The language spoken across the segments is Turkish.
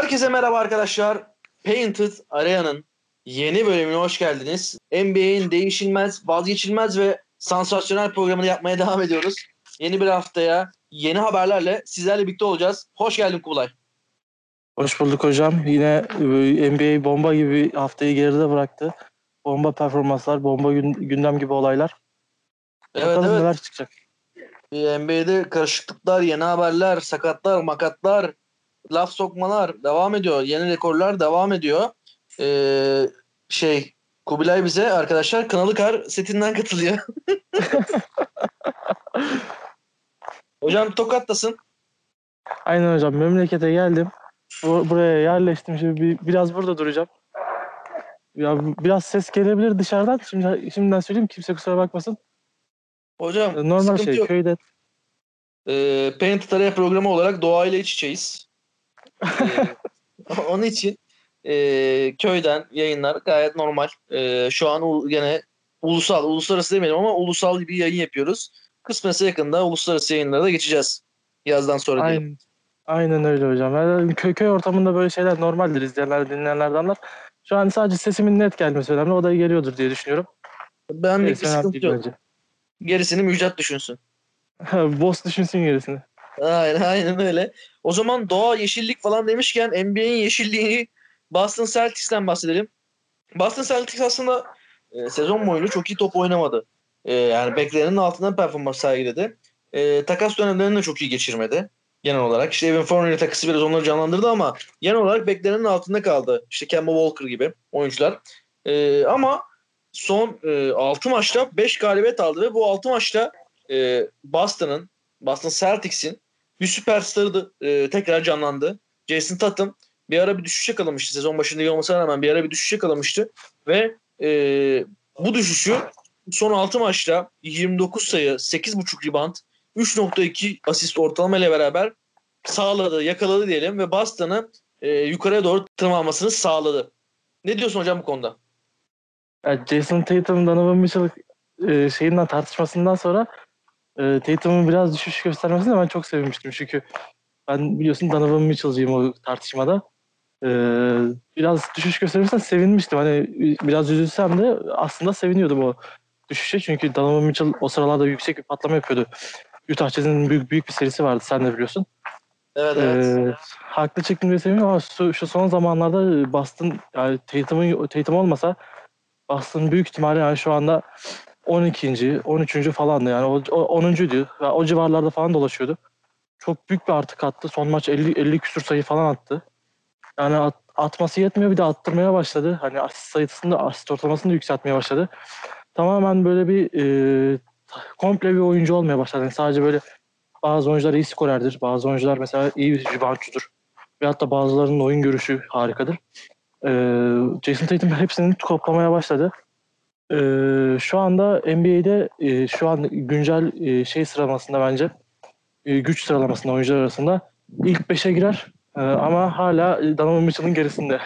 Herkese merhaba arkadaşlar. Painted Area'nın yeni bölümüne hoş geldiniz. NBA'in değişilmez, vazgeçilmez ve sansasyonel programını yapmaya devam ediyoruz. Yeni bir haftaya yeni haberlerle sizlerle birlikte olacağız. Hoş geldin Kubilay. Hoş bulduk hocam. Yine NBA bomba gibi bir haftayı geride bıraktı. Bomba performanslar, bomba gündem gibi olaylar. Evet, Bakalım evet. neler çıkacak. NBA'de karışıklıklar, yeni haberler, sakatlar, makatlar, laf sokmalar devam ediyor. Yeni rekorlar devam ediyor. Kubilay bize arkadaşlar Kınalı Kar setinden katılıyor. Hocam Tokat'tasın. Aynen hocam. Memlekete geldim. Buraya yerleştim. Şimdi biraz burada duracağım. Ya biraz ses gelebilir dışarıdan. Şimdiden söyleyeyim, kimse kusura bakmasın. Hocam Normal sıkıntı şey, yok. köyde. Painted Area programı olarak doğayla iç içeyiz. Onun için köyden yayınlar gayet normal. Şu an gene uluslararası demeyelim ama ulusal bir yayın yapıyoruz. Kısmetse yakında uluslararası yayınlara da geçeceğiz. Yazdan sonra diyelim. Aynen öyle hocam. Yani köy ortamında böyle şeyler normaldir. İzleyenler, dinleyenler de anlar. Şu an sadece sesimin net gelmesi önemli. O da geliyordur diye düşünüyorum. Benlik bir Önemli sıkıntı değil yok. bence. Gerisini Müjdat düşünsün. Boss düşünsün gerisini. Aynen öyle. O zaman doğa, yeşillik falan demişken NBA'in yeşilliğini Boston Celtics'ten bahsedelim. Boston Celtics aslında sezon boyunca çok iyi top oynamadı. Yani beklenenin altından performans sergiledi. Takas dönemlerini de çok iyi geçirmedi. Genel olarak. İşte Evan Fournier takısı biraz onları canlandırdı ama genel olarak beklenenin altında kaldı. İşte Kemba Walker gibi oyuncular. Ama son 6 maçta 5 galibiyet aldı ve bu 6 maçta Boston Celtics'in bir süperstarı tekrar canlandı. Jason Tatum bir ara bir düşüş yakalamıştı. Sezon başında iyi olmasına rağmen bir ara bir düşüş yakalamıştı. Ve bu düşüşü son 6 maçta 29 sayı, 8,5 rebound, 3,2 asist ortalama ile beraber sağladı, yakaladı diyelim ve Boston'ı yukarıya doğru tırmanmasını sağladı. Ne diyorsun hocam bu konuda? Yani Jason Tatum, Donovan Mitchell şeyinden tartışmasından sonra Tatum'un biraz düşüş göstermesine ben çok sevinmiştim. Çünkü ben biliyorsun Donovan Mitchell'cıyım o tartışmada. E, Biraz düşüş göstermesine sevinmiştim. Hani biraz üzülsem de aslında seviniyordum o düşüşe. Çünkü Donovan Mitchell o sıralarda yüksek bir patlama yapıyordu. Utah Jazz'in büyük bir serisi vardı, sen de biliyorsun. Evet, evet. Haklı çıktım diye seviniyorum ama şu son zamanlarda Boston, yani Tatum olmasa Boston büyük ihtimalle yani şu anda 12. 13. falandı, yani o 10'uncuydu. Yani o civarlarda falan dolaşıyordu. Çok büyük bir artık attı. Son maç 50 küsür sayı falan attı. Yani atması yetmiyor, bir de attırmaya başladı. Hani asist ortalamasını da yükseltmeye başladı. Tamamen böyle bir komple bir oyuncu olmaya başladı. Yani sadece böyle bazı oyuncular iyi skorerdir. Bazı oyuncular mesela iyi bir reboundçudur. Ve hatta bazılarının oyun görüşü harikadır. Jason Tatum hepsini toplamaya başladı. Şu anda NBA'de şu an güncel şey sıralamasında bence güç sıralamasında oyuncular arasında ilk 5'e girer. Ama hala Donovan Mitchell'ın gerisinde.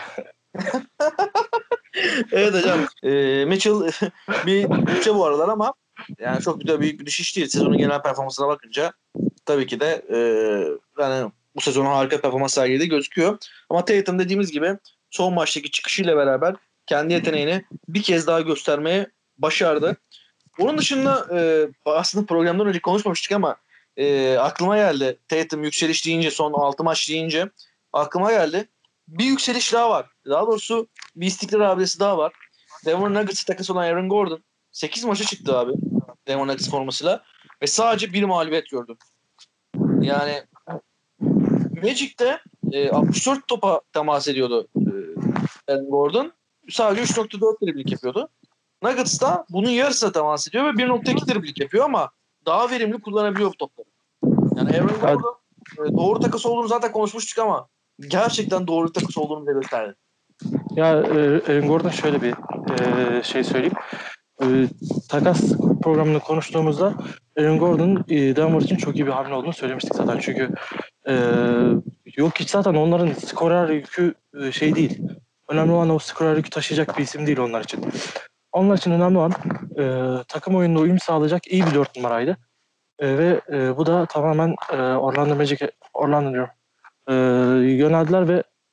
Evet hocam. Mitchell bir düşüşe bu aralar ama yani çok da büyük bir düşüş değil. Sezonun genel performansına bakınca tabii ki de yani bu sezon harika performans sergilediği gözüküyor. Ama Tatum dediğimiz gibi son maçtaki çıkışıyla beraber kendi yeteneğini bir kez daha göstermeye başardı. Onun dışında aslında programdan önce konuşmamıştık ama aklıma geldi. Tatum yükseliş deyince, son 6 maç deyince aklıma geldi. Bir yükseliş daha var. Daha doğrusu bir istikrar abidesi daha var. Denver Nuggets takısı olan Aaron Gordon 8 maça çıktı abi Denver Nuggets formasıyla ve sadece bir mağlubiyet gördü. Yani Magic'te 64 topa temas ediyordu Aaron Gordon. Sadece 3,4 dribbling yapıyordu. Nuggets'ta bunun yarısına temas ediyor ve 1,2 dribbling yapıyor ama daha verimli kullanabiliyor bu topları. Yani Aaron Yani, Gordon doğru takas olduğunu zaten konuşmuştuk ama gerçekten doğru takas olduğunu bize gösterdi. ya Aaron Gordon şöyle bir şey söyleyeyim. E, Takas programını konuştuğumuzda Aaron Gordon'un Denver için çok iyi bir hamle olduğunu söylemiştik zaten. Çünkü e, yok hiç zaten onların skorer yükü şey değil. Önemli olan o skorer yükü taşıyacak bir isim değil onlar için. Onlar için önemli olan takım oyununa uyum sağlayacak iyi bir 4 numaraydı. Ve bu da tamamen Orlando diyorum. Yöneldiler ve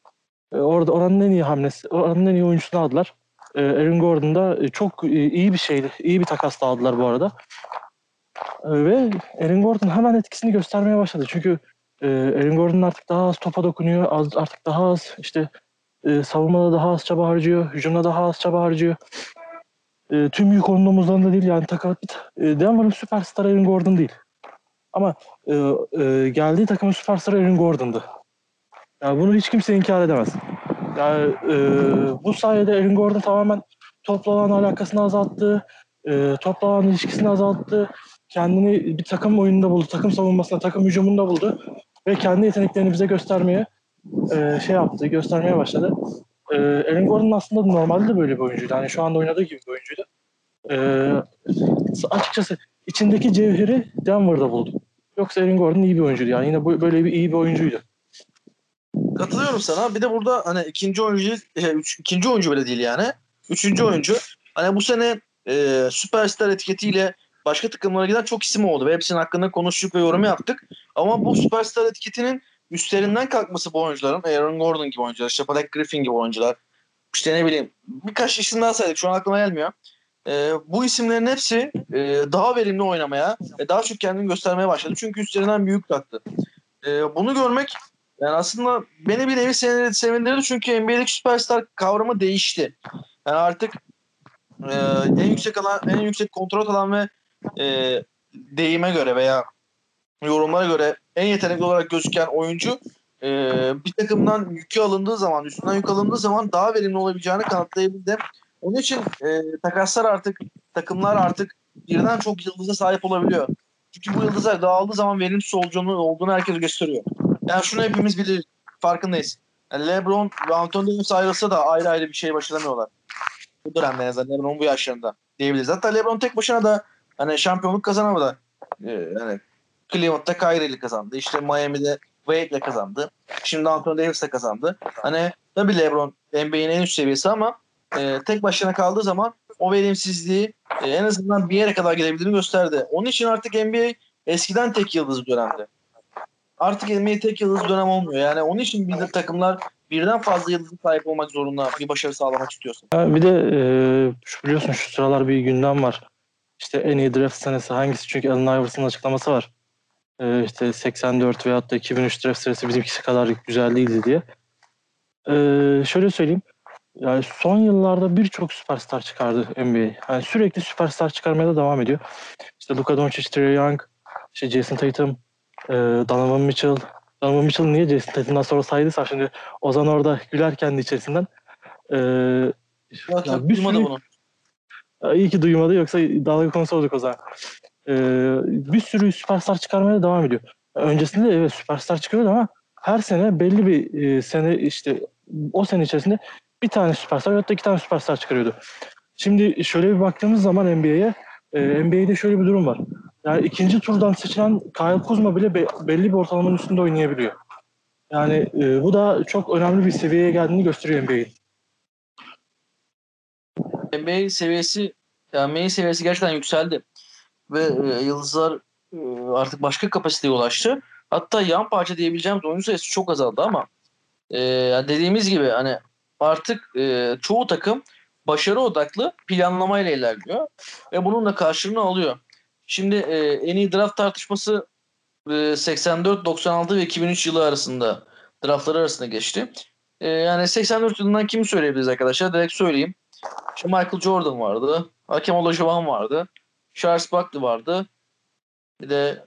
Orada oranın en iyi hamlesi, oranın en iyi oyuncusunu aldılar. Aaron Gordon da çok iyi bir şeydi. İyi bir takas da aldılar bu arada. Ve Aaron Gordon hemen etkisini göstermeye başladı. Çünkü Aaron Gordon artık daha az topa dokunuyor. Artık daha az işte savunmada daha az çaba harcıyor. Hücumda daha az çaba harcıyor. Tüm yük onun omuzlarında değil. Yani Denver'ın süperstarı Aaron Gordon değil. Ama geldiği takımın süperstarı Aaron Gordon'dı. Yani bunu hiç kimse inkar edemez. Yani bu sayede Aaron Gordon tamamen topla olan alakasını azalttı. Topla olan ilişkisini azalttı. Kendini bir takım oyununda buldu. Takım savunmasında, takım hücumunda buldu. Ve kendi yeteneklerini bize göstermeye göstermeye başladı. Aaron Gordon aslında normalde de böyle bir oyuncuydu. Yani şu anda oynadığı gibi bir oyuncuydu. Açıkçası içindeki cevheri Denver'da buldu. Yoksa Aaron Gordon iyi bir oyuncuydu. Yani yine böyle iyi bir oyuncuydu. Katılıyorum sana. Bir de burada hani ikinci oyuncu bile değil yani. Üçüncü oyuncu. Hani bu sene süperstar etiketiyle başka takımlara giden çok isim oldu ve hepsinin hakkında konuştuk ve yorum yaptık. Ama bu süperstar etiketinin üstlerinden kalkması bu oyuncuların, Aaron Gordon gibi oyuncular, işte Blake Griffin gibi oyuncular, işte ne bileyim birkaç isim daha saydık şu an aklıma gelmiyor. Bu isimlerin hepsi daha verimli oynamaya ve daha çok kendini göstermeye başladı. Çünkü üstlerinden büyük taktı. Bunu görmek yani aslında beni bir nevi sevindirdi çünkü NBA'deki süperstar kavramı değişti. Yani artık en yüksek kontrat alan ve deyime göre veya yorumlara göre en yetenekli olarak gözüken oyuncu bir takımdan üstünden yük alındığı zaman daha verimli olabileceğini kanıtlayabildi. Onun için takımlar artık birden çok yıldıza sahip olabiliyor. Çünkü bu yıldızlar dağıldığı zaman verimsiz olduğunu herkes gösteriyor. Yani şunu hepimiz bilir, farkındayız. Yani LeBron ve Anthony Davis ayrılsa da ayrı ayrı bir şey başaramıyorlar. Bu dönemde en azından LeBron bu yaşlarında diyebiliriz. Hatta LeBron tek başına da hani şampiyonluk kazanamadı. Yani Cleveland'da Kyrie'li kazandı. İşte Miami'de Wade'le kazandı. Şimdi Anthony Davis'le kazandı. Hani tabii LeBron NBA'nin en üst seviyesi ama tek başına kaldığı zaman o verimsizliği en azından bir yere kadar gelebildiğini gösterdi. Onun için artık NBA eskiden tek yıldız dönemdi. Artık NBA tek yıldız dönem olmuyor. Yani onun için bir de takımlar birden fazla yıldıza sahip olmak zorunda bir başarı sağlamak istiyorsa. Bir de biliyorsun şu sıralar bir gündem var. İşte en iyi draft senesi hangisi? Çünkü Allen Iverson'ın açıklaması var. İşte 84 veyahut da 2003 draft senesi bizimkisi kadar güzel değildi diye. Şöyle söyleyeyim. Yani son yıllarda birçok süperstar çıkardı NBA. Yani sürekli süperstar çıkarmaya da devam ediyor. İşte Luka Doncic, Trae Young, işte Jason Tatum, Donovan Mitchell. Donovan Mitchell niye Jason Tatum'dan sonra saydıysa şimdi Ozan orada güler kendi içerisinden. Yok Yani yok bir duymadı sürü bunu. iyi ki duymadı yoksa dalga konusu olduk o zaman. Bir sürü süperstar çıkarmaya devam ediyor. Öncesinde evet süperstar çıkıyordu ama her sene belli bir sene işte o sene içerisinde bir tane süperstar ya da iki tane süperstar çıkarıyordu. Şimdi şöyle bir baktığımız zaman NBA'ye NBA'de şöyle bir durum var. Yani ikinci turdan seçilen Kyle Kuzma bile belli bir ortalamanın üstünde oynayabiliyor. Yani bu da çok önemli bir seviyeye geldiğini gösteriyor NBA'in. NBA seviyesi gerçekten yükseldi. Ve yıldızlar artık başka kapasiteye ulaştı. Hatta yan parça diyebileceğimiz oyuncu sayısı çok azaldı ama dediğimiz gibi hani artık çoğu takım başarı odaklı planlamayla ilerliyor ve bunun da karşılığını alıyor. Şimdi en iyi draft tartışması 84, 96 ve 2003 yılı arasında draftları arasında geçti. Yani 84 yılından kimi söyleyebiliriz arkadaşlar? Direkt söyleyeyim. İşte Michael Jordan vardı. Hakem Olajuwon vardı. Charles Barkley vardı. Bir de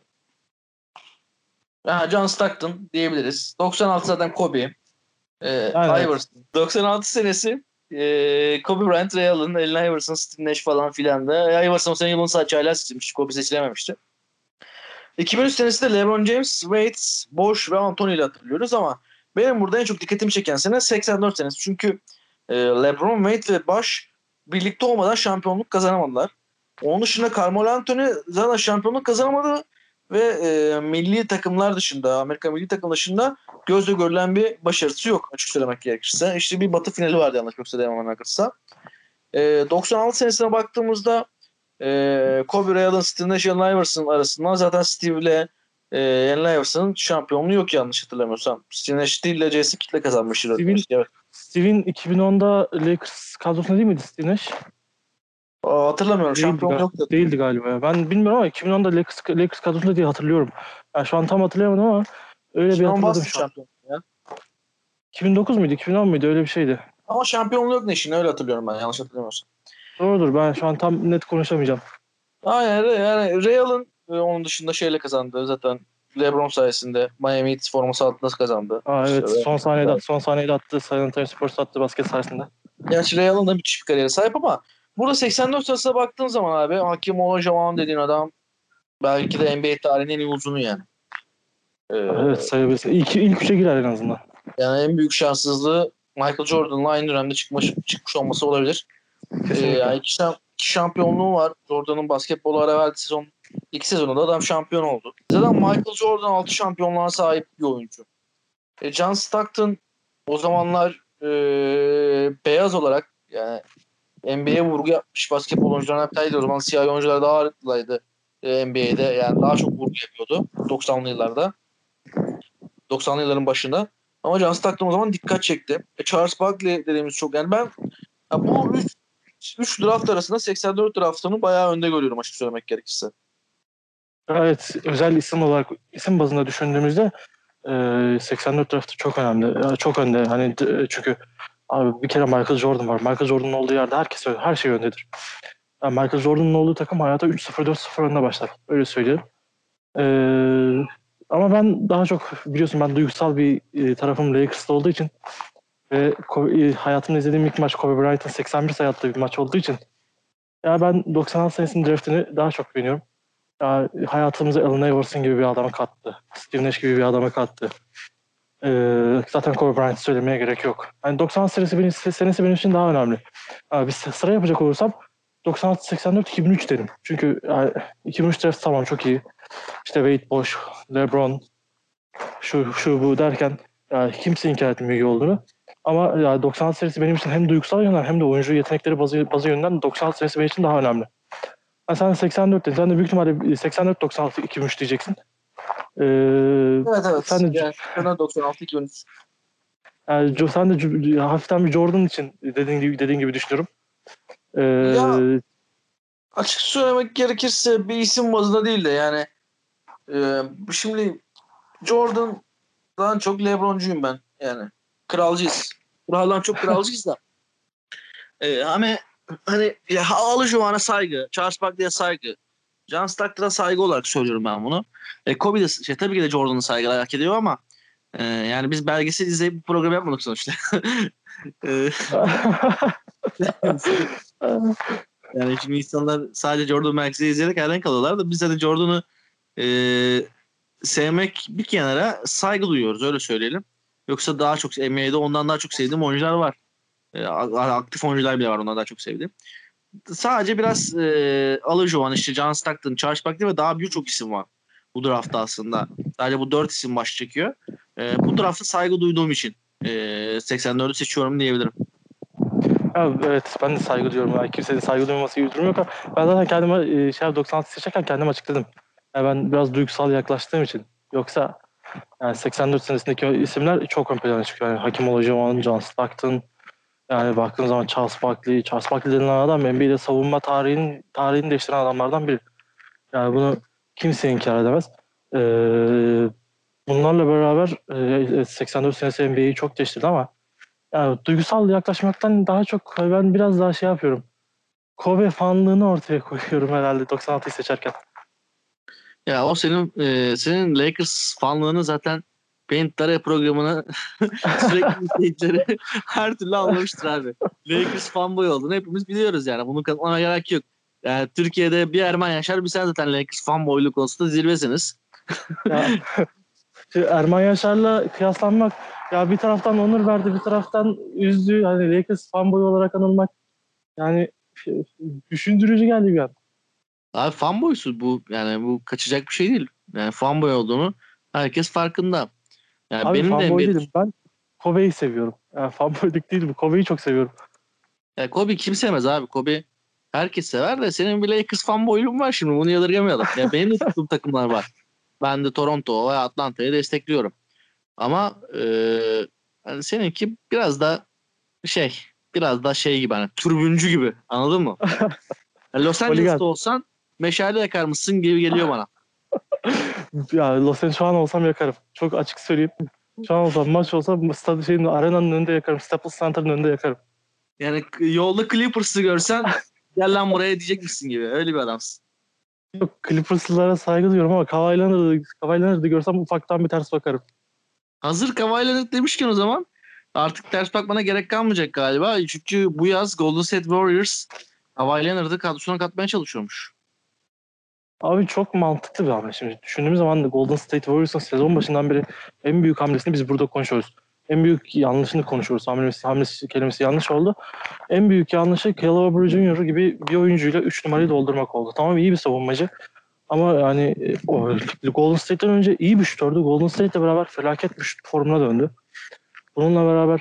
John Stockton diyebiliriz. 96 zaten Kobe. Yani evet. Iverson. 96 senesi Kobe Bryant, Ray Allen, Allen Iverson, Steve Nash falan filan da. Iverson o sene yılın sadece hala seçilmişti. Kobe seçilememişti. 2003 senesi de LeBron James, Wade, Bosh ve Anthony ile hatırlıyoruz ama benim burada en çok dikkatimi çeken sene 84 senesi. Çünkü LeBron, Wade ve Bosh birlikte olmadan şampiyonluk kazanamadılar. Onun dışında Carmelo Anthony zaten şampiyonluk kazanamadı ve milli takımlar dışında, Amerika milli takım dışında gözle görülen bir başarısı yok açık söylemek gerekirse. İşte bir batı finali vardı yanlış yoksa devam akırsa. 96 senesine baktığımızda Kobe, Ray Allen, Steve Nash, Allen Iverson arasından zaten Steve ile Allen Iverson'ın şampiyonluğu yok yanlış hatırlamıyorsam. Steve Nash değil de Jason Kidd'le kazanmıştı. Steve'in Evet. Steve'in 2010'da Lakers kadrosunda değil miydi Steve Nash? Hatırlamıyorum. Değildi, Şampiyon yoktu. değildi galiba. Ben bilmiyorum ama 2010'da Lakers kadrosunda diye hatırlıyorum. Yani şu an tam hatırlayamadım ama öyle bir 2010 hatırladım Boston şu an. şampiyonu ya. 2009 muydu? 2010 muydu? Öyle bir şeydi. Ama şampiyonluk yok Neşin, öyle hatırlıyorum ben, yanlış hatırlamıyorsam. Doğrudur. Ben şu an tam net konuşamayacağım. Aynen, yani Real'ın onun dışında şeyle kazandı zaten. LeBron sayesinde Miami Heat forması altında kazandı. Aa, İşte evet. Son saniyede attı. San Antonio Spurs attı basket sayesinde. gerçi Real'ın da müthiş bir kariyere sahip ama burada 84 sayısına baktığın zaman abi, Hakim Olajuwon dediğin adam belki de NBA tarihinin en iyi uzunu yani. Evet, Ee, sayabilirsin. İlk üçe girer en azından. Yani en büyük şanssızlığı Michael Jordan'la aynı dönemde çıkmış olması olabilir. Kesinlikle. Yani iki şampiyonluğu var. Jordan'ın basketbolu ara verdiği sezon, iki sezonunda adam şampiyon oldu. Zaten Michael Jordan 6 şampiyonluğa sahip bir oyuncu. John Stockton o zamanlar beyaz olarak, yani NBA'ye vurgu yapmış basketbol oyuncularına biriydi. O zaman siyah oyuncular daha ağırlıklıydı NBA'de. Yani daha çok vurgu yapıyordu 90'lı yıllarda. 90'lı yılların başında. Ama John Stockton o zaman dikkat çekti. Charles Barkley dediğimiz çok, yani ben bu 3 draft arasında 84 draftını bayağı önde görüyorum, açık söylemek gerekirse. Evet, özel isim olarak isim bazında düşündüğümüzde 84 draftı çok önemli. Çok önde. Hani çünkü abi bir kere Michael Jordan var. Michael Jordan'ın olduğu yerde her şey öndedir. Yani Michael Jordan'ın olduğu takım hayata 3-0 4-0 önde başlar. Öyle söyleyeyim. Ama ben daha çok biliyorsun ben duygusal bir tarafım Lakers'ta olduğu için ve hayatımda izlediğim ilk maç Kobe Bryant'ın 81 sayı attığı bir maç olduğu için ya ben 96 senesinin draftını daha çok beğeniyorum. Ya, hayatımıza Allen Iverson gibi bir adama kattı. Steve Nash gibi bir adama kattı. Zaten Kobe Bryant'ı söylemeye gerek yok. Yani 90 senesi benim için daha önemli. Bir sıra yapacak olursam 96, 84, 2003 derim. Çünkü 2003 draft tamam çok iyi. İşte Wade Bosh, LeBron, şu bu derken kimse inkar etmiyor iyi olduğunu. Ama 96 serisi benim için hem duygusal yönden hem de oyuncu yetenekleri bazı yönden 96 serisi benim için daha önemli. Sen de 84 dedin. Sen de büyük ihtimalle 84, 96, 2003 diyeceksin. Evet, Sen evet. de Yani şampiyonlar 96-2003. sen de hafiften bir Jordan için dediğin gibi düşünüyorum. Ya Ee, açık söylemek gerekirse bir isim bazında değil de yani şimdi Jordan'dan çok LeBron'cuyum ben. Yani kralcıyız. Kraldan çok kralcıyız da. Hani ya, Olajuwon'a saygı, Charles Barkley'e saygı, John Stockton'a saygı olarak söylüyorum ben bunu. Kobe de tabii ki de Jordan'ın saygılar hak ediyor ama yani biz belgesel izleyip bir program yapmadık sonuçta. E, Yani şimdi insanlar sadece Jordan belgeseli izleyerek hayran kalıyorlar da biz de Jordan'ı e, sevmek bir kenara, saygı duyuyoruz, öyle söyleyelim. Yoksa daha çok NBA'de ondan daha çok sevdiğim oyuncular var. Aktif oyuncular bile var ondan daha çok sevdiğim. Sadece biraz Olajuwon, işte John Stockton, Charles Barkley ve daha birçok isim var bu draftta aslında. Sadece bu 4 isim baş çekiyor. Bu drafta saygı duyduğum için 84'ü seçiyorum diyebilirim. evet ben de saygı duyuyorum. Yani kimsenin saygı duymaması gibi bir durum yok ama ben zaten kendime 96 seçerken kendim açıkladım. Yani ben biraz duygusal yaklaştığım için. Yoksa yani 84 senesindeki isimler çok ön plana çıkıyor. Yani Hakim Olajuwon, John Stockton, yani baktığın zaman Charles Barkley denilen adam NBA'de savunma tarihini değiştiren adamlardan biri. Yani bunu kimse inkar edemez. Ee, Bunlarla beraber 84 senesi NBA'yi çok değiştirdi ama yani duygusal yaklaşmaktan daha çok ben biraz daha şey yapıyorum. Kobe fanlığını ortaya koyuyorum herhalde 96'yı seçerken. Ya o senin Lakers fanlığını zaten Paint Dare programını sürekli izleyicileri her türlü anlamıştır abi. Lakers fanboy olduğunu hepimiz biliyoruz yani. Bunu kanıtlamaya gerek yok. Yani Türkiye'de bir Erman Yaşar, bir sen zaten Lakers fanboyluk konusunda zirvesiniz. Ya, Erman Yaşar'la kıyaslanmak ya bir taraftan onur verdi bir taraftan üzdü. Hani Lakers fanboy olarak anılmak yani düşündürücü geldi bir an. Abi fanboysun bu, yani bu kaçacak bir şey değil. Yani fanboy olduğunu herkes farkında. Yani Abi benim de fanboy NBA'de değilim ben Kobe'yi seviyorum. Yani fanboyluk değil bu. Kobe'yi çok seviyorum. yani Kobe kim sevmez abi? Kobe herkes sever de senin bir Lakers fanboyluğun var, şimdi bunu yadırgamayalım. Ya benim de tuttuğum takımlar var. Ben de Toronto ve Atlanta'yı destekliyorum. Ama hani seninki biraz da biraz da gibi hani türbüncü gibi, anladın mı? Yani Los Holigan. Angeles'ta olsan meşale yakar mısın gibi geliyor bana. Ya Los Angeles şu an olsam yakarım. Çok açık söyleyeyim. Şu an olsam maç olsa arenanın önünde yakarım. Staples Center'ın önünde yakarım. Yani yolda Clippers'ı görsen gel lan buraya diyecek misin gibi. Öyle bir adamsın. Yok, Clippers'lılara saygı duyuyorum ama Kawhi Leonard'ı görsem ufaktan bir ters bakarım. Hazır Kawhi Leonard demişken o zaman artık ters bakmana gerek kalmayacak galiba. Çünkü bu yaz Golden State Warriors Kawhi Leonard'ı kadrosuna katmaya çalışıyormuş. Abi çok mantıklı bir hamle. Şimdi düşündüğümüz zaman da Golden State Warriors'ın sezon başından beri en büyük hamlesini biz burada konuşuyoruz. En büyük yanlışını konuşuyoruz. Hamlesi kelimesi yanlış oldu. En büyük yanlışı Kelly Oubre Jr. gibi bir oyuncuyla 3 numarayı doldurmak oldu. Tamam, iyi bir savunmacı. Ama yani Golden State'ten önce iyi bir şutördü. Golden State'le beraber felaket bir şut formuna döndü. Bununla beraber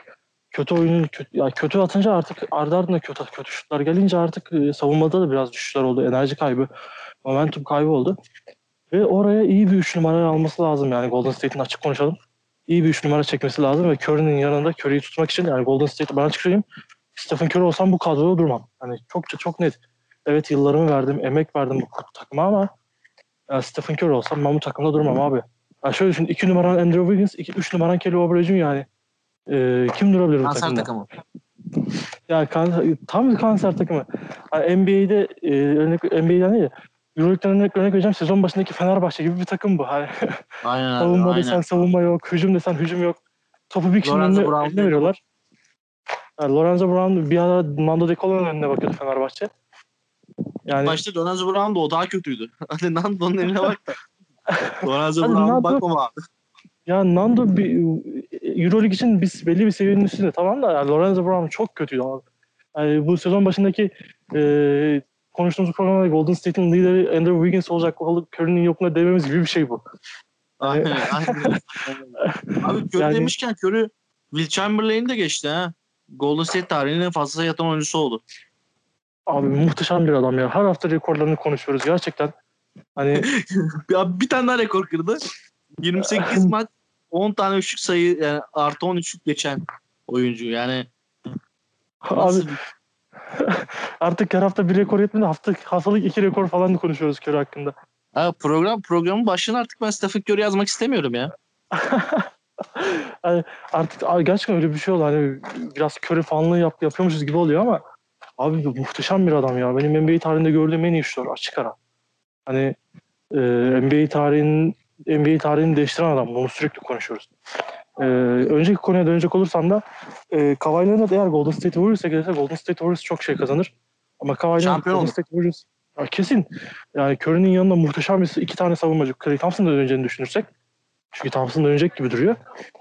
kötü atınca artık ardı ardına kötü şutlar gelince artık savunmada da biraz düşüşler oldu. Enerji kaybı, momentum kaybı oldu. Ve oraya iyi bir 3 numara alması lazım yani Golden State'in, açık konuşalım. İyi bir 3 numara çekmesi lazım ve Curry'nin yanında Curry'yi tutmak için yani Golden State'i ben açık söyleyeyim. Stephen Curry olsam bu kadroda durmam. Yani çok net. Evet, yıllarımı verdim, emek verdim bu takıma ama Stephen Curry olsam ben bu takımda durmam abi. Yani şöyle düşün, 2 numaran Andrew Wiggins, 3 numaran Kelly Oubre Jr. yani. Kim durabilir bu Kanser takımda? takımı. Ya tam bir kanser takımı. Yani NBA'de NBA'den değil de Euroleague'den örnek vereceğim. Sezon başındaki Fenerbahçe gibi bir takım bu. Hani Aynen abi, savunma aynen. desen savunma yok, hücum desen hücum yok. Topu bir kişinin Lorenzo eline Brown. veriyorlar. Yani Lorenzo Brown bir ara Nando De Colo'nun önüne bakıyordu Fenerbahçe. Yani Başta Lorenzo Brown da o daha kötüydü. Hadi Nando'nun eline bak da. Lorenzo hadi Brown'a Nando, bakma abi. ya Nando Euroleague için belli bir seviyenin üstünde, tamam da yani Lorenzo Brown çok kötüydü abi. Yani bu sezon başındaki konuştuğumuz programda Golden State'in lideri Andrew Wiggins olacak, Curry'nin yokluğuna dememiz gibi bir şey bu. Yani, Aynen. Abi Curry yani demişken Curry Will Chamberlain'i de geçti ha. Golden State tarihinin en fazla sayı atan oyuncusu oldu. abi muhteşem bir adam ya. Her hafta rekorlarını konuşuyoruz gerçekten. Hani Ya bir tane daha rekor kırdı. 28 maç 10 tane üçlük sayı, yani artı 10 üçlük geçen oyuncu. Yani abi nasıl bir... artık her hafta bir rekor yetmedi. Haftalık 2 rekor falan konuşuyoruz Curry hakkında. Abi programın başına artık ben Stephen Curry yazmak istemiyorum ya. Yani artık abi gerçekten öyle bir şey oldu. Hani biraz Curry fanlığı yapıyormuşuz gibi oluyor ama abi bu muhteşem bir adam ya. Benim NBA tarihinde gördüğüm en iyi şutör, açık ara. Hani NBA tarihini değiştiren adam. Bunu sürekli konuşuyoruz. Önceki konuya dönecek olursam da Kawhi Leonard eğer Golden State Warriors'a gelirse Golden State Warriors çok şey kazanır. Ama Kawhi Leonard Şampiyon Golden olur. State Warriors kesin. Yani Curry'nin yanında muhteşem iki tane savunmacı. Klay Thompson'dan döneceğini düşünürsek. Çünkü Thompson dönecek gibi duruyor.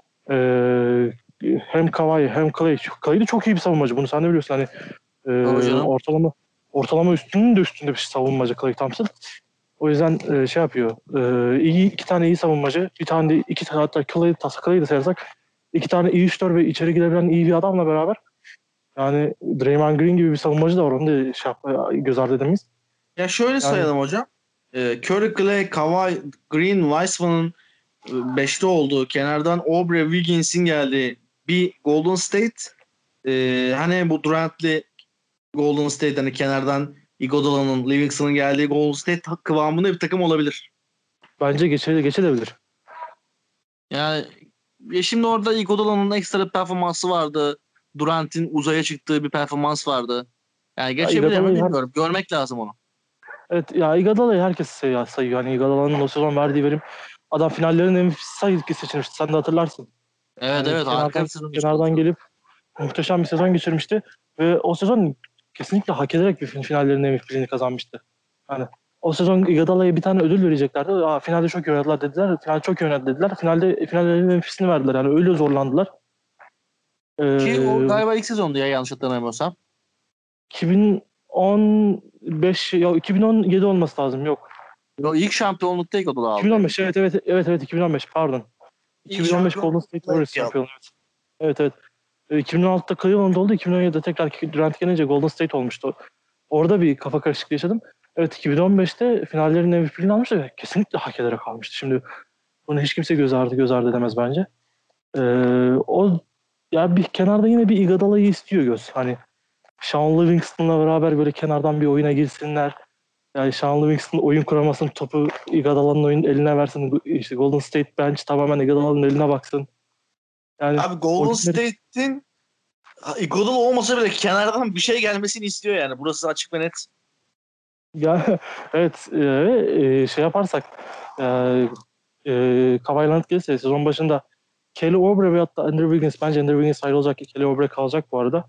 Hem Kawhi hem Klay. Klay de çok iyi bir savunmacı. Bunu sen de biliyorsun. Hani Tabii canım. ortalama üstünün de üstünde bir savunmacı Klay Thompson. O yüzden şey yapıyor. İki tane iyi savunmacı, bir tane de iki tane, hatta Clay'i de sayarsak iki tane iyi şutör ve içeri girebilen iyi bir adamla beraber yani Draymond Green gibi bir savunmacı da var. Onu da göz ardı edemeyiz. Ya şöyle Yani sayalım hocam. Curry, Clay, Kawhi, Green, Wiseman'ın 5'te olduğu, kenardan Oubre, Wiggins'in geldiği bir Golden State, hani bu Durant'li Golden State, hani kenardan Iguodala'nın, Livingston'ın geldiği Golden State kıvamında bir takım olabilir. bence geçebilir. Yani şimdi orada Iguodala'nın ekstra bir performansı vardı. Durant'in uzaya çıktığı bir performans vardı. Yani Ya geçebilir mi Iguodala'yı bilmiyorum. Görmek lazım onu. evet, ya Iguodala'yı herkes sayıyor. Yani Iguodala'nın o sezon verdiği verim, adam finallerin MVP seçilmişti. Sen de hatırlarsın. Evet, Yani evet, harika bir sezon kenardan geçirdi. gelip muhteşem bir sezon geçirmişti ve o sezon kesinlikle hak ederek bir finallerin MVP'liğini kazanmıştı. Yani o sezon Iguodala'ya bir tane ödül vereceklerdi. Finalde çok iyi oynadılar dediler. Final çok iyi oynadı dediler. Finallerin MVP'sini verdiler. Yani öyle zorlandılar. Ki o Ee, galiba ilk sezondu ya, yanlış hatırlamıyorsam. 2015 ya 2017 olması lazım. Yok. O ilk şampiyonlukta Iguodala aldı. 2015, evet 2015 pardon. İlk 2015 Golden şampiyonlukta State Warriors aldı. şampiyonu. Evet. 2016'da Cleveland oldu. 2017'de tekrar Durant gelince Golden State olmuştu. Orada bir kafa karışıklığı yaşadım. Evet, 2015'te finallerin MVP'liğini almıştı ve kesinlikle hak ederek almıştı. Şimdi bunu hiç kimse göz ardı edemez bence. O ya bir kenarda yine bir Iguodala'yı istiyor göz. Hani Sean Livingston'la beraber böyle kenardan bir oyuna girsinler. Yani Sean Livingston oyun kuramasın, topu Iguodala'nın eline versin. İşte Golden State bench tamamen Iguodala'nın eline baksın. Yani Abi o Golden günleri State'in Iguodala olmasa bile kenardan bir şey gelmesini istiyor yani. Burası açık ve net. ya evet şey yaparsak e, Kawhi Leonard gelirse sezon başında Kelly Oubre veyahut da Andrew Wiggins, bence Andrew Wiggins ayrılacak ki Kelly Oubre kalacak bu arada.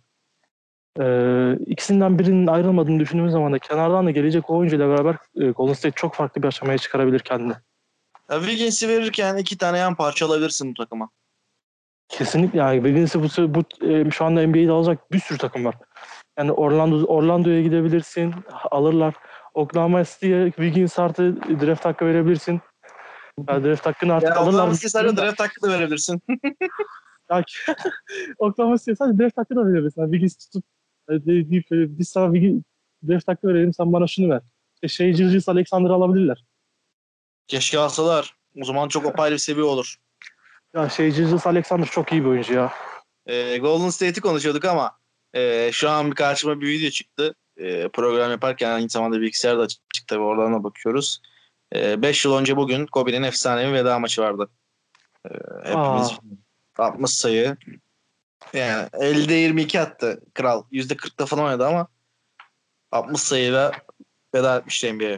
İkisinden birinin ayrılmadığını düşündüğümüz zaman da kenardan da gelecek o oyuncuyla beraber Golden State çok farklı bir aşamaya çıkarabilir kendini. Ya Wiggins'i verirken 2 tane yan parça alabilirsin bu takıma. Kesinlikle yani Wiggins'i şu anda NBA'de alacak bir sürü takım var. Yani Orlando'ya gidebilirsin, alırlar. Oklahoma City'ye Wiggins artı draft hakkı verebilirsin. Yani draft hakkını artık Ya alırlar Oklahoma mı City sadece bilmiyorum da. draft hakkı da verebilirsin. Ya, Oklahoma City'ye sadece draft hakkı da verebilirsin. Yani Wiggins tutup deyip biz sana draft hakkı verelim, sen bana şunu ver. İşte Gilgeous Alexander'ı alabilirler. Keşke alsalar. O zaman çok apayrı bir seviye olur. Ya Gilgeous Alexander çok iyi bir oyuncu ya. Golden State'i konuşuyorduk ama şu an bir karşıma bir video çıktı. Program yaparken aynı zamanda bilgisayar da açık tabii oradan da bakıyoruz. 5 yıl önce bugün Kobe'nin efsanevi veda maçı vardı. Hepimiz Aa, 60 sayı. Yani elde 22 attı kral. %40'da falan oynadı ama 60 sayıyla veda etmişti NBA'ye.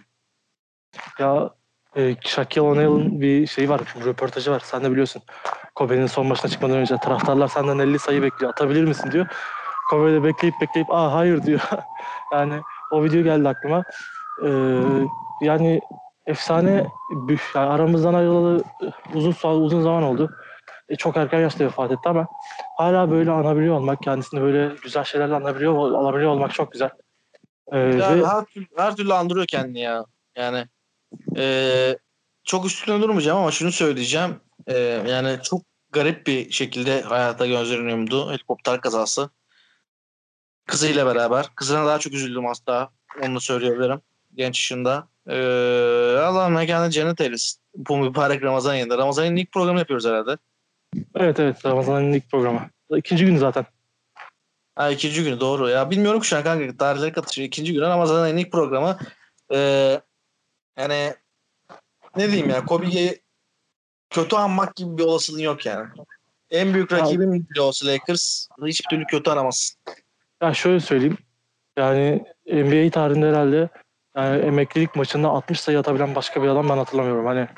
ya Shaquille O'Neal'ın bir şeyi var, röportajı var. Sen de biliyorsun. Kobe'nin son maçına çıkmadan önce taraftarlar senden 50 sayı bekliyor. Atabilir misin diyor. Kobe de bekleyip hayır diyor. Yani o video geldi aklıma. Ee, yani efsane yani aramızdan ayrılalı uzun zaman oldu. Çok erken yaşta vefat etti ama hala böyle anabiliyor olmak, kendisini böyle güzel şeylerle alabiliyor olmak çok güzel. Ya abi Ve her türlü andırıyor kendini ya. Yani çok üstüne durmayacağım ama şunu söyleyeceğim. Yani çok garip bir şekilde hayata gözlerini yumdu. Helikopter kazası. Kızıyla beraber. Kızına daha çok üzüldüm hatta. Onu da söyleyebilirim. Genç yaşında. Allah'ım mekanı cennet eylesin. Bu mübarek Ramazan ayında. Ramazan'ın ilk programı yapıyoruz herhalde. evet Ramazan'ın ilk programı. İkinci gün zaten. Ha, ikinci günü doğru. Ya bilmiyorum ki şu an kanka. Tarihleri katışıyor. İkinci günü Ramazan'ın ilk programı. Ee, yani ne diyeyim ya. Kobe'yi kötü anmak gibi bir olasılığın yok yani. En büyük Ya, rakibin bile olsa Lakers hiçbir türlü kötü aramazsın. ya şöyle söyleyeyim. Yani NBA tarihinde herhalde yani emeklilik maçında 60 sayı atabilen başka bir adam ben hatırlamıyorum. Hani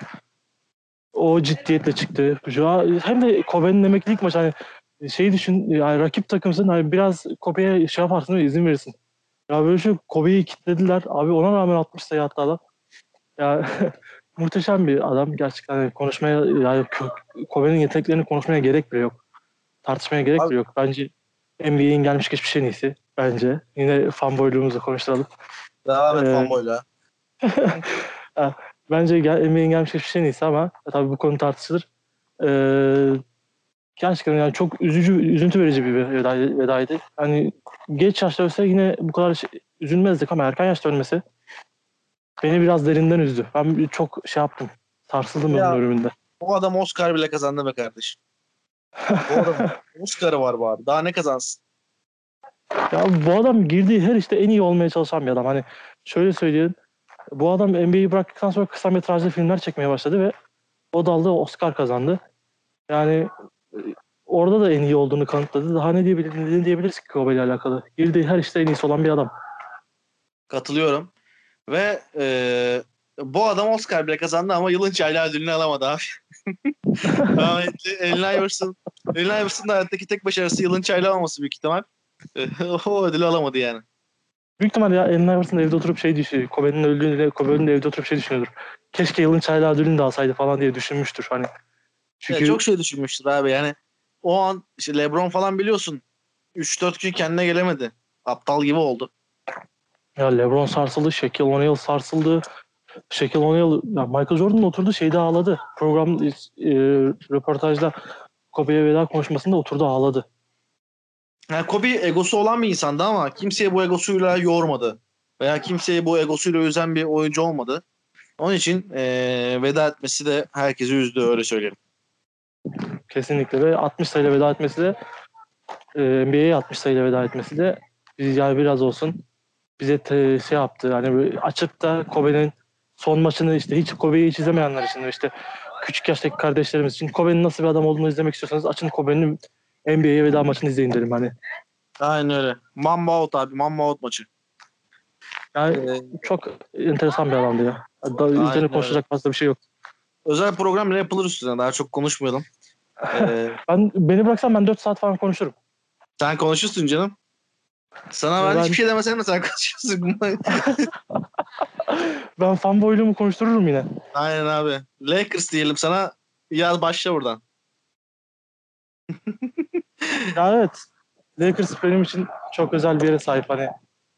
o ciddiyetle çıktı. Şu an, hem de Kobe'nin emeklilik maçı hani şey düşün yani rakip takımsın hani biraz Kobe'ye şey yaparsın ve izin verirsin. Ya böyle şey Kobe'yi kilitlediler. Abi ona rağmen 60 sayı attı adam. Ya muhteşem bir adam gerçekten hani konuşmaya yani Kobe'nin yeteneklerini konuşmaya gerek bile yok. Tartışmaya gerek Abi, bile yok. Bence NBA'in gelmiş geçmiş en iyisi bence. Yine fanboyluğumuzu konuşturalım. devam et Ee, fanboyla. ha, bence NBA'in gelmiş geçmiş en iyisi ama tabii bu konu tartışılır. Ee, gerçekten yani çok üzüntü verici bir vedaydı. Hani geç yaşta ölse yine bu kadar üzülmezdik ama erken yaşta ölmesi beni biraz derinden üzdü. Ben çok şey yaptım. Sarsıldım onun Ya ölümünde. o adam Oscar bile kazandı be kardeşim. Bu adam Oscar'ı var bu abi. Daha ne kazansın? Ya bu adam girdiği her işte en iyi olmaya çalışan bir adam. Hani şöyle söyleyeyim. Bu adam NBA'yi bıraktıktan sonra kısa metrajlı filmler çekmeye başladı ve o dalda Oscar kazandı. Yani e, orada da en iyi olduğunu kanıtladı. Daha ne diyebiliriz ki Kobe ile alakalı? Girdiği her işte en iyisi olan bir adam. Katılıyorum. Ve bu adam Oscar bile kazandı ama yılın çaylağı ödülünü alamadı abi. Rahmetli Allen Iverson. Allen Iverson'ın hayattaki tek başarısı yılın çaylağı olması büyük ihtimal. O ödülü alamadı yani. Büyük ihtimal ya Allen Iverson evde oturup şey düşünüyor. Kobe'nin de evde oturup şey düşünüyordur. Keşke yılın çaylağı ödülünü de alsaydı falan diye düşünmüştür. Hani Ya çünkü çok şey düşünmüştür abi yani. O an işte LeBron falan biliyorsun 3-4 gün kendine gelemedi. Aptal gibi oldu. ya LeBron sarsıldı, Shaquille O'Neal sarsıldı. Shaquille O'Neal, ya Michael Jordan oturdu şeyde ağladı. Röportajda Kobe'ye veda konuşmasında oturdu ağladı. Yani Kobe egosu olan bir insandı ama kimseye bu egosuyla yormadı. Veya kimseye bu egosuyla üzen bir oyuncu olmadı. Onun için veda etmesi de herkesi üzdü öyle söyleyelim. Kesinlikle ve 60 sayıyla veda etmesi de NBA'ye 60 sayıyla veda etmesi de yani biraz olsun bize şey yaptı. Hani böyle açıp da Kobe'nin son maçını işte hiç Kobe'yi hiç izlemeyenler için işte küçük yaştaki kardeşlerimiz için Kobe'nin nasıl bir adam olduğunu izlemek istiyorsanız açın Kobe'nin NBA'ye veda maçını izleyin derim hani. Aynen öyle. Mamba out abi. Mamba out maçı. Yani Ee, çok enteresan bir adamdı ya. Üzerine aynen öyle. konuşacak fazla bir şey yok. Özel program bile yapılır üstüne. Daha çok konuşmayalım. Ee, Beni bıraksan ben 4 saat falan konuşurum. Sen konuşursun canım. Sana ben hiçbir Ben şey demesem de sen konuşuyorsun. ben fanboyluğumu konuştururum yine. Aynen abi. Lakers diyelim sana. Yaz başla buradan. Ya evet. Lakers benim için çok özel bir yere sahip. Hani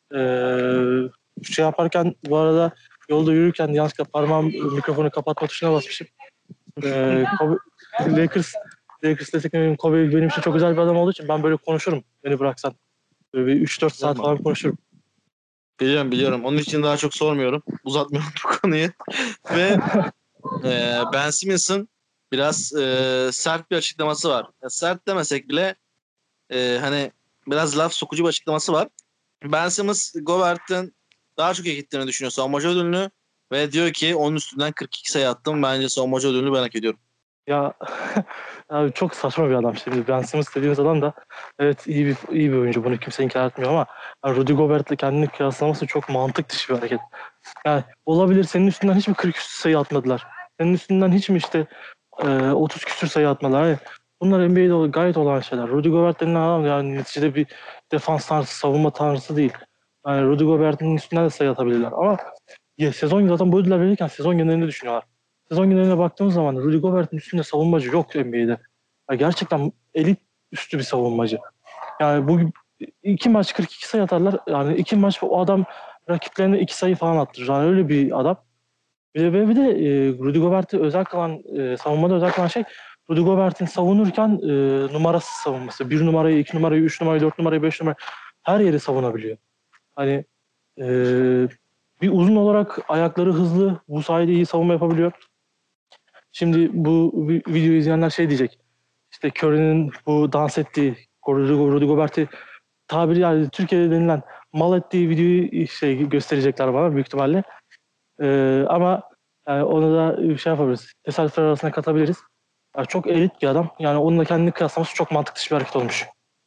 şey yaparken bu arada yolda yürürken yanlışlıkla parmağım mikrofonu kapatma tuşuna basmışım. Kobe, Lakers Lakers desteklemenin Kobe benim için çok özel bir adam olduğu için ben böyle konuşurum beni bıraksan. Böyle bir 3-4 saat Biliyorum abi. falan konuşurum. Biliyorum. Onun için daha çok sormuyorum. Uzatmıyorum bu konuyu. Ve Ben Simmons'ın biraz sert bir açıklaması var. Ya, sert demesek bile hani biraz laf sokucu bir açıklaması var. Ben Simmons, Gobert'in daha çok hak ettiğini düşünüyor savunmacı ödülünü ve diyor ki onun üstünden 42 sayı attım. Bence savunmacı ödülünü ben hak ediyorum. Ya abi çok saçma bir adam şimdi. Ben Simmons dediğimiz adam da evet iyi bir oyuncu. Bunu kimse inkar etmiyor ama yani Rudy Gobert'le kendini kıyaslaması çok mantık dışı bir hareket. Yani olabilir senin üstünden hiç mi 40 küsur sayı atmadılar? Senin üstünden hiç mi işte 30 küsur sayı atmadılar? Yani bunlar NBA'de gayet olan şeyler. Rudy Gobert denilen adam yani neticede bir defans tanrısı, savunma tanrısı değil. Yani Rudy Gobert'in üstünden de sayı atabilirler. Ama ya, sezon zaten bu ödüller verirken sezon genelinde düşünüyorlar. Sezon geneline baktığımız zaman Rudy Gobert'in üstünde savunmacı yok NBA'de. Ya gerçekten elit üstü bir savunmacı. Yani bu iki maç 42 sayı atarlar. Yani iki maç o adam rakiplerine 2 sayı falan attırır. Yani öyle bir adam. Bir de Rudy Gobert'i özel kılan, savunmada özel kılan şey Rudy Gobert'in savunurken numarasız savunması. Bir numarayı, iki numarayı, üç numarayı, dört numarayı, beş numarayı her yeri savunabiliyor. Hani e, bir uzun olarak ayakları hızlı, bu sayede iyi savunma yapabiliyor. Şimdi bu videoyu izleyenler şey diyecek. İşte Curry'nin bu dans ettiği, Rudy Gobert'i tabiri yani Türkiye'de denilen mal ettiği videoyu şey gösterecekler bana büyük ihtimalle. Ama yani onu da şey yapabiliriz. Tesadüfler arasına katabiliriz. Yani çok elit bir adam. Yani onunla kendini kıyaslaması çok mantıklı bir hareket olmuş.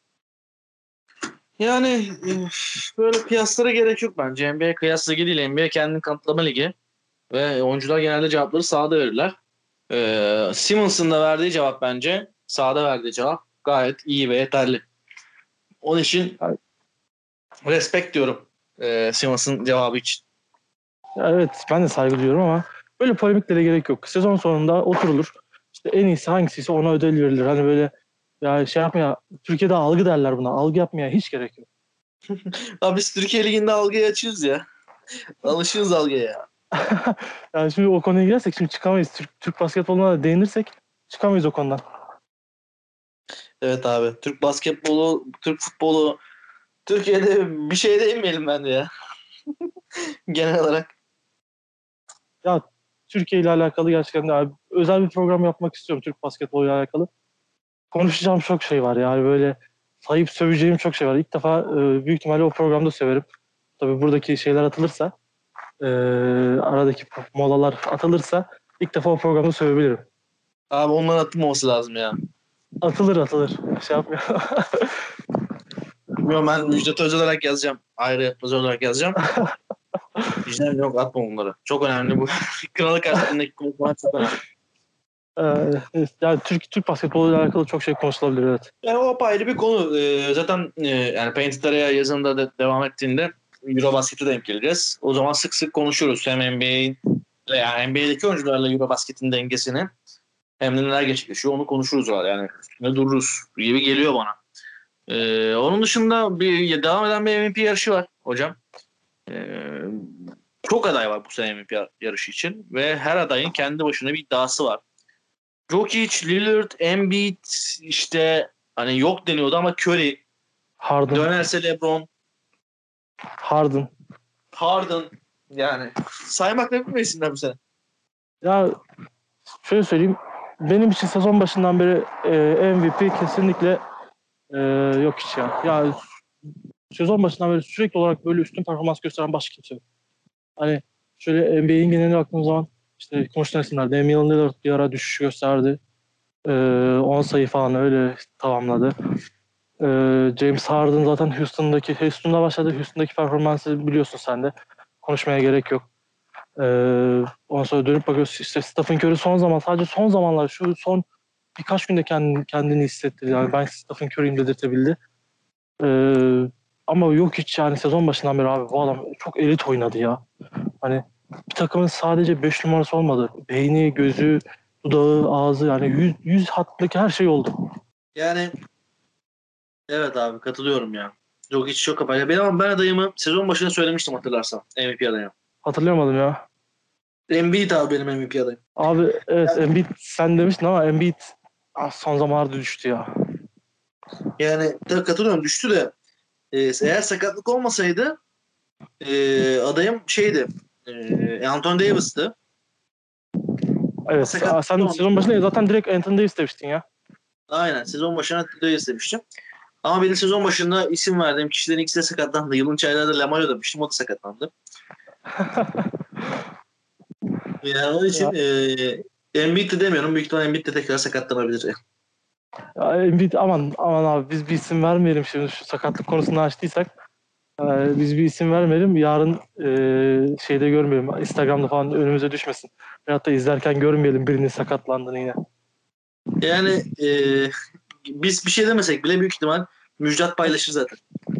Yani böyle kıyaslara gerek yok bence. NBA kıyas ligi değil. NBA kendini kanıtlama ligi. Ve oyuncular genelde cevapları sahada verirler. Simmons'ın da verdiği cevap bence sahada verdiği cevap gayet iyi ve yeterli. Onun için Yani, respect diyorum Simmons'ın cevabı için. evet ben de saygı duyuyorum ama böyle polemiklere gerek yok. Sezon sonunda oturulur. İşte en iyisi hangisiyse ona ödül verilir. Hani böyle ya şey yapmaya Türkiye'de algı derler buna. Algı yapmaya hiç gerek yok. Abi biz Türkiye Ligi'nde algıya açıyoruz ya. Alışıyoruz algıya ya. Yani şimdi o konuya girersek şimdi çıkamayız. Türk basketboluna da değinirsek çıkamayız o konudan. Evet abi. Türk basketbolu, Türk futbolu, Türkiye'de bir şey değinmeyelim bence ya. Genel olarak. Ya Türkiye ile alakalı gerçekten de abi, özel bir program yapmak istiyorum Türk basketbolu ile alakalı. Konuşacağım çok şey var yani böyle sayıp söveceğim çok şey var. İlk defa büyük ihtimalle o programda söverim. Tabii buradaki şeyler atılırsa, aradaki molalar atılırsa ilk defa o programda sövebilirim. Abi onların atılmaması lazım ya. Atılır. Şey yapmıyor. Bilmiyorum ben Müjdat Özel olarak yazacağım. Ayrı özel olarak yazacağım. Vicdan yok atma onları. Çok önemli bu. Kralı karşısındaki konuşmalar çok önemli. Yani Türk basketbolu ile alakalı çok şey konuşulabilir evet. Yani o apayrı bir konu. Zaten yani Painted Area yazında devam ettiğinde Eurobasket'e denk geleceğiz. O zaman sık sık konuşuruz. Hem NBA'in yani NBA'deki oyuncularla Eurobasket'in dengesini hem de neler gerçekleşiyor onu konuşuruz var. Yani üstüne dururuz gibi geliyor bana. Onun dışında bir devam eden bir MVP yarışı var hocam. Ee, Çok aday var bu sene MVP yarışı için ve her adayın kendi başına bir iddiası var. Jokic, Lillard, Embiid işte hani yok deniyordu ama Curry, Harden. dönerse LeBron, Harden. Harden yani saymakla bitmesinler bu sene. Ya şöyle söyleyeyim. Benim için sezon başından beri MVP kesinlikle Yok hiç ya. Ya sezon başından beri sürekli olarak böyle üstün performans gösteren başka kimse yok. Hani şöyle NBA'in geneline baktığımız zaman işte konuşulan isimler Damian Lillard bir ara düşüş gösterdi. 10 sayı falan öyle tamamladı. James Harden zaten Houston'da başladı. Houston'daki performansı biliyorsun sen de. Konuşmaya gerek yok. Ondan sonra dönüp bakıyoruz işte Stephen Curry sadece son zamanlar şu son birkaç günde kendini hissetti. Yani ben Stephen Curry'im dedirtebildi. Ee, Ama yok hiç yani sezon başından beri abi bu adam çok elit oynadı ya. Hani bir takımın sadece 5 numarası olmadı. Beyni, gözü, dudağı, ağzı yani yüz hattındaki her şey oldu. Yani evet abi katılıyorum ya. Yok hiç çok kapayla. Ben adayımı sezon başında söylemiştim hatırlarsan. MVP adayım. Hatırlayamadım ya. Embiid abi benim MVP adayım. Abi evet Yani, Embiid sen demiştin ama Embiid son zamanlarda düştü ya. yani tabii katılıyorum düştü de eğer sakatlık olmasaydı adayım şeydi Anthony Davis'tı. Ama Evet sakatlık sen olmuş. sezon başında zaten direkt Anthony Davis demiştin ya. Aynen sezon başına Anthony Davis demiştim. Ama benim sezon başında isim verdiğim kişilerin ikisi de sakatlandı. Yılın çaylarda Lamayo demiştim. O da sakatlandı. Yani onun için Ya, Embiid de demiyorum. Büyük ihtimalle Embiid de tekrar sakatlanabilir. ya Embiid aman abi biz bir isim vermeyelim şimdi şu sakatlık konusunu açtıysak. Biz bir isim vermeyelim. Yarın şeyde görmeyelim. Instagram'da falan önümüze düşmesin. Veyahut da izlerken görmeyelim birinin sakatlandığını yine. Yani biz bir şey demesek bile büyük ihtimal Müjdat paylaşır zaten.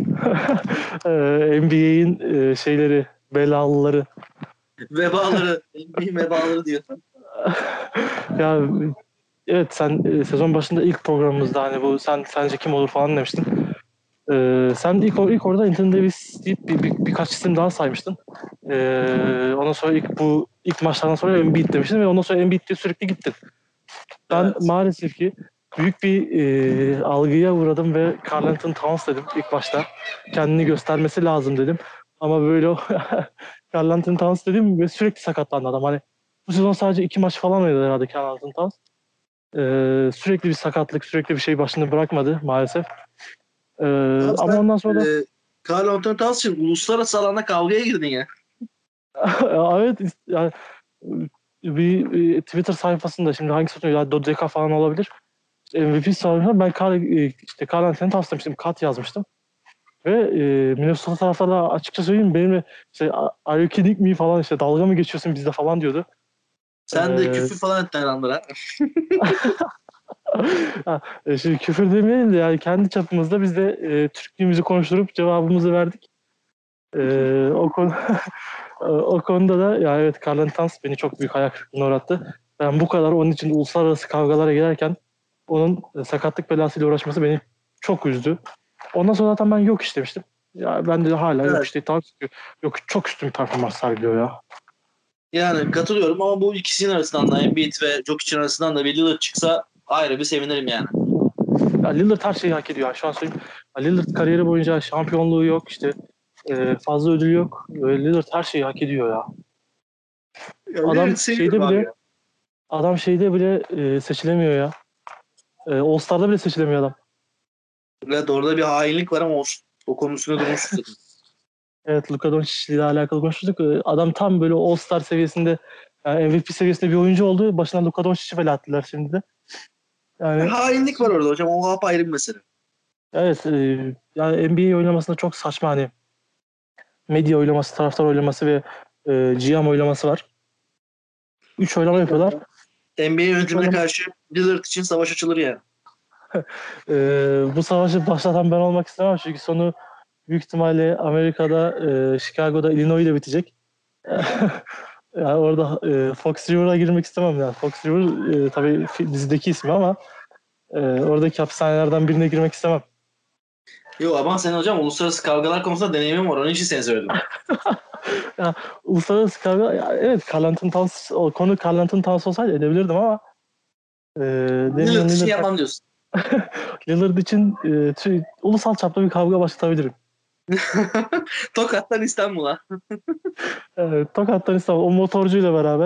NBA'in şeyleri, belalıları. Vebaları, NBA vebaları diyor. Ya evet sen sezon başında ilk programımızda hani bu sence kim olur falan demiştin. Sen ilk orada Anthony Davis deyip birkaç isim daha saymıştın. Ondan sonra ilk maçlardan sonra Embiid demiştin ve ondan sonra Embiid diye sürekli gittin. Ben Evet. maalesef ki büyük bir algıya uğradım ve Karl Anthony Towns dedim ilk başta. Kendini göstermesi lazım dedim. Ama böyle o Karl Anthony Towns dedim ve sürekli sakatlandı adam. Hani bu sezon sadece 2 maç falan oynadı herhalde Karl Anthony Towns. Sürekli bir sakatlık, sürekli bir şey başını bırakmadı maalesef. Ee, Abi Ama sen ondan sonra da Karl Anthony Towns için uluslararası alanda kavgaya girdin ya. evet yani bir Twitter sayfasında şimdi hangisi tutuyor ya Dodeka falan olabilir. İşte MVP sorusunda ben işte Karl Anthony Towns demiştim. Kat yazmıştım. Ve Minnesota taraftarı da açıkça söyleyeyim benimle işte are you kidding me falan işte dalga mı geçiyorsun bizde falan diyordu. Sen de Ee, küfür falan ettin adamlara. Şimdi küfür demeyelim de yani kendi çapımızda biz de Türklüğümüzü konuşturup cevabımızı verdik. O konu o konuda da ya evet Karl Towns beni çok büyük hayal kırıklığına uğrattı. Ben bu kadar onun için uluslararası kavgalara girerken onun sakatlık belasıyla uğraşması beni çok üzdü. Ondan sonra zaten ben yok iş demiştim. Ya ben de hala yok Evet. işte yok çok üstün bir performans sergiliyor ya. Yani katılıyorum ama bu ikisinin arasından da Embiid ve Jokic'in arasından da bir Lillard çıksa ayrı bir sevinirim yani. Ya Lillard her şeyi hak ediyor. Yani şu an söyleyeyim. Ya Lillard kariyeri boyunca şampiyonluğu yok işte fazla ödül yok. Lillard her şeyi hak ediyor ya. Ya Lillard Adam seviyorum şeyde abi bile ya. adam şeyde bile seçilemiyor ya. All Star'da bile seçilemiyor adam. Evet orada bir hainlik var ama olsun. O konu üstüne durmuşuz zaten. Evet Luka Doncic ile alakalı konuştuk. Adam tam böyle All Star seviyesinde yani MVP seviyesinde bir oyuncu oldu. Başına Luka Doncic'i felattılar şimdi de. Ya, Yani hainlik var orada hocam. O apayrı bir mesele. evet yani NBA oynamasında çok saçma hani medya oylaması, taraftar oylaması ve GM oylaması var. 3 oylama yapıyorlar. NBA 3 yönetimine oylama karşı Lillard için savaş açılır yani. bu savaşı başlatan ben olmak istemem çünkü sonu büyük ihtimalle Amerika'da, Chicago'da, Illinois'da bitecek. Yani orada Fox River'a girmek istemem yani. Fox River tabii dizideki ismi ama oradaki hapishanelerden birine girmek istemem. Yok ama sen hocam uluslararası kavgalar konusunda deneyimim var. Onun için seni söyledim. Ya, uluslararası kavga, ya, evet Carlton Towns, o konu Carlton Towns olsaydı edebilirdim ama Lillard Damian için Lillard, yapmam diyorsun. Lillard için ulusal çapta bir kavga başlatabilirim. Tokat'tan İstanbul'a. Tokat'tan İstanbul, o motorcuyla beraber.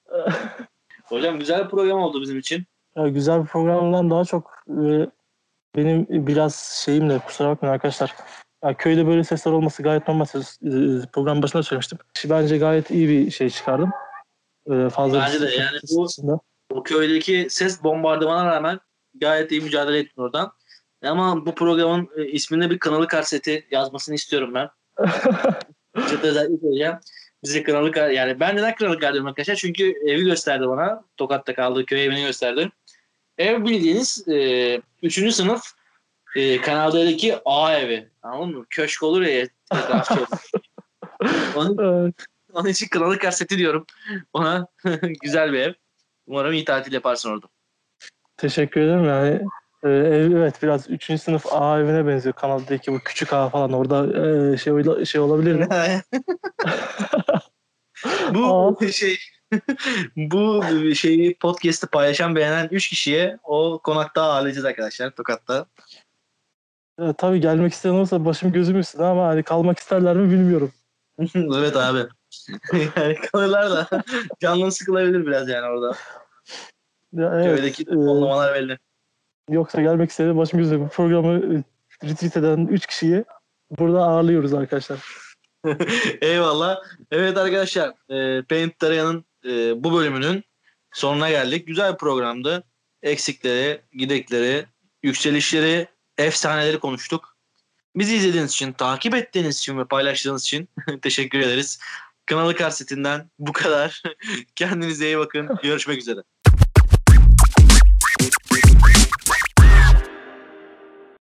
Hocam güzel bir program oldu bizim için. Güzel bir programdan daha çok benim biraz şeyimle kusura bakmayın arkadaşlar. Ya köyde böyle sesler olması gayet normal. Program başında söylemiştim. Bence gayet iyi bir şey çıkardım. Fazla bir Bence de yani ses bu dışında. o köydeki ses bombardımana rağmen gayet iyi mücadele ettin oradan. Ama bu programın isminde bir kanalı karseti yazmasını istiyorum ben. Chat'te özellikle söyleyeceğim. Bize kanalı yani ben neden kanalı kar diyorum arkadaşlar? Çünkü evi gösterdi bana. Tokat'ta kaldığı köy evini gösterdi. Ev bildiğiniz 3. sınıf Kanal D'deki A evi. Anladın mı? Köşk olur ya etrafı. Onun, Evet, onun için kanalı karseti diyorum. Ona güzel bir ev. Umarım iyi tatil yaparsın orada. teşekkür ederim. Yani evet biraz 3. sınıf A evine benziyor. Kanal'daki bu küçük A falan. Orada şey olabilir mi? Bu Aa, şey bu şeyi podcast'ı paylaşan beğenen 3 kişiye o konakta ağırlayacağız arkadaşlar Tokat'ta. tabii gelmek isteyen olursa başım gözüm üstüne ama hani kalmak isterler mi bilmiyorum. Evet abi. Yani kalırlar da canlı sıkılabilir biraz yani orada. Ya, evet. Köydeki tonlamalar belli. Yoksa gelmek isteyen başım gözüm üstüne. Bu programı retweet eden 3 kişiyi burada ağırlıyoruz arkadaşlar. Eyvallah. Evet arkadaşlar Paint Tarayan'ın bu bölümünün sonuna geldik. Güzel bir programdı. Eksikleri, gidekleri, yükselişleri, efsaneleri konuştuk. Bizi izlediğiniz için, takip ettiğiniz için ve paylaştığınız için teşekkür ederiz. Kanalı Karseti'nden bu kadar. Kendinize iyi bakın. Görüşmek üzere.